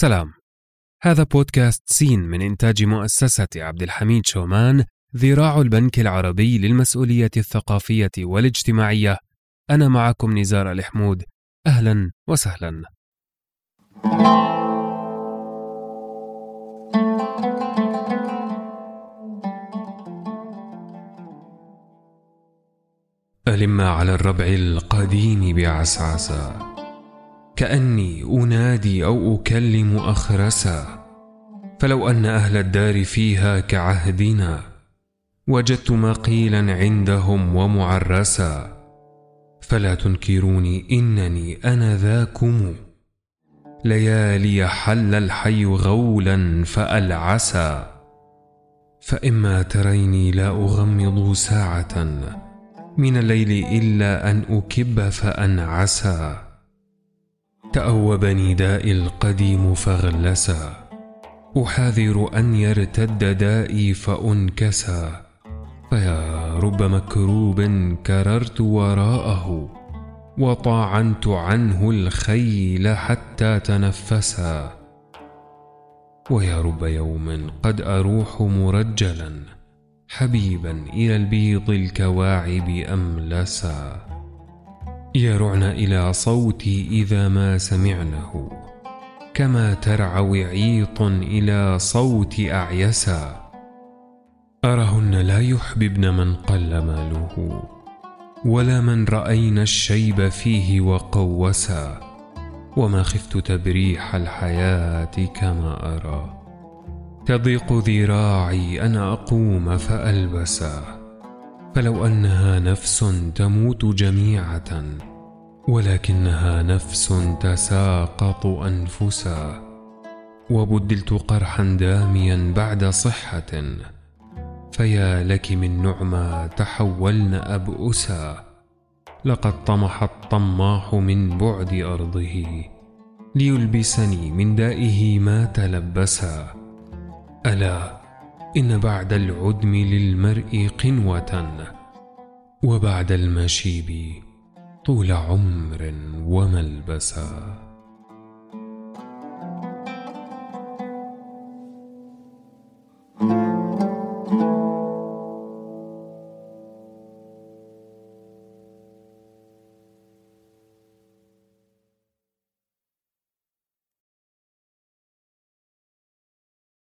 سلام، هذا بودكاست سين من إنتاج مؤسسة عبد الحميد شومان، ذراع البنك العربي للمسؤولية الثقافية والاجتماعية. أنا معكم نزار الحمود، أهلا وسهلا. ألم على الربع القديم بعسعسا، كأني أنادي أو أكلم أخرسا، فلو أن أهل الدار فيها كعهدنا، وجدت ما قيلا عندهم ومعرسا، فلا تنكروني إنني أنا ذاكم، ليالي حل الحي غولا فألعسا، فإما تريني لا أغمض ساعة من الليل إلا أن أكب فأنعسا، تأوبني دائي القديم فغلسا، أحاذر أن يرتد دائي فأنكسا، فيا رب مكروب كررت وراءه، وطاعنت عنه الخيل حتى تنفسا، ويا رب يوم قد أروح مرجلا حبيبا إلى البيض الكواعب أملسا، يرعن إلى صوتي إذا ما سمعنه، كما ترعى وعيط إلى صوت أعيسا، أرهن لا يحببن من قل ماله، ولا من رأينا الشيب فيه وقوسا، وما خفت تبريح الحياة كما أرى، تضيق ذراعي أن أقوم فألبسا، فلو أنها نفس تموت جميعة، ولكنها نفس تساقط أنفسا، وبدلت قرحا داميا بعد صحة، فيا لك من نعمى تحولن أبؤسا، لقد طمح الطماح من بعد أرضه، ليلبسني من دائه ما تلبسا، ألا إن بعد العدم للمرء قنوة، وبعد المشيب طول عمر وملبسا.